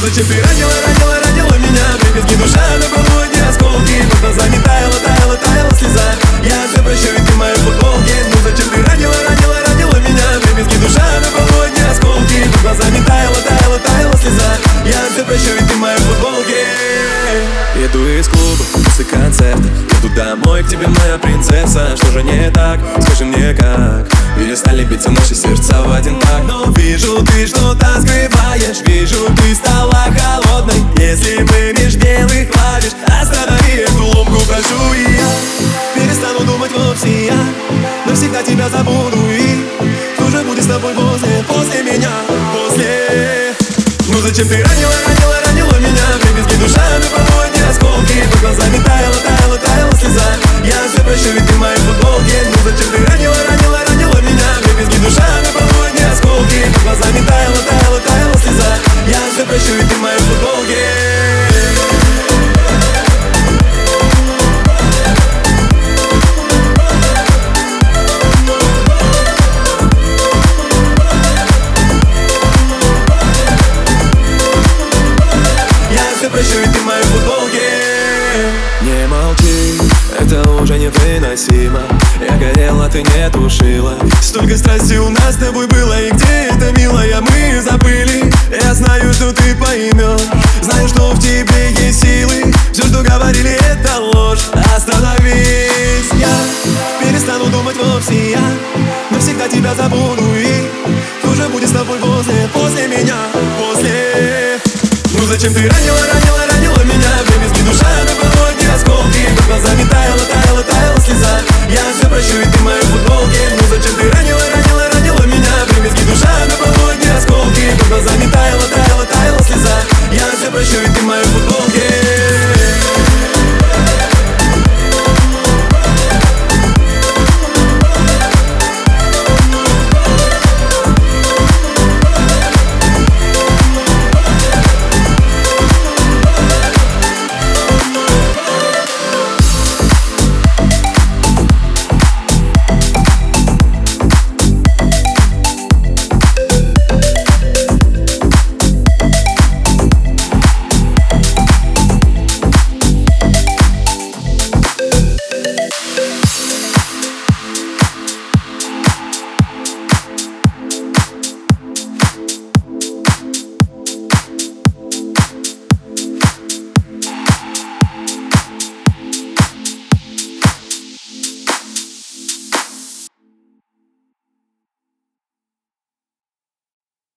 зачем ты ранила меня? Дребезги душа на полудне, осколки под глазами таяла слеза. Я все прощу, ведь ты в моей футболке. Ну зачем ты ранила меня? Дребезги душа на полудне, осколки под глазами таяла слеза. Я все прощу, ведь ты в моей футболке. Еду из клуба после концерта, еду домой к тебе, моя принцесса. Что же не так? Скажи мне как. Перестали биться наши сердца в один такт. Но вижу, ты что-то скрываешь. Вижу, ты стала холодной. Если мы меж белых клавиш, останови эту ломку, прошу. И я перестану думать вовсе, я навсегда тебя забуду. И кто же будет с тобой после меня, после? Ну зачем ты ранила меня? Дребезги душа на полудне, осколки под глазами таяла слеза. Я все прощу, ведь ты в моей футболке. Ну зачем ты ранила меня? Дребезги душа на полудне, осколки под глазами таяла слеза. Я все прощу, ведь ты в моей футболке. Прощу, ведь ты в моей футболке. Не молчи, это уже невыносимо. Я горела, ты не тушила. Столько страсти у нас с тобой было. И где это, милая, мы забыли. Я знаю, что ты поймешь. Знаю, что в тебе есть силы. Все, что говорили, это ложь. Остановись, я перестану думать вовсе, я навсегда тебя забуду. И кто же будет с тобой после меня, после? Ну зачем ты ранила меня? Дребезги душа на полудне, осколки под глазами таяла слеза. Я все прощу, ведь ты моя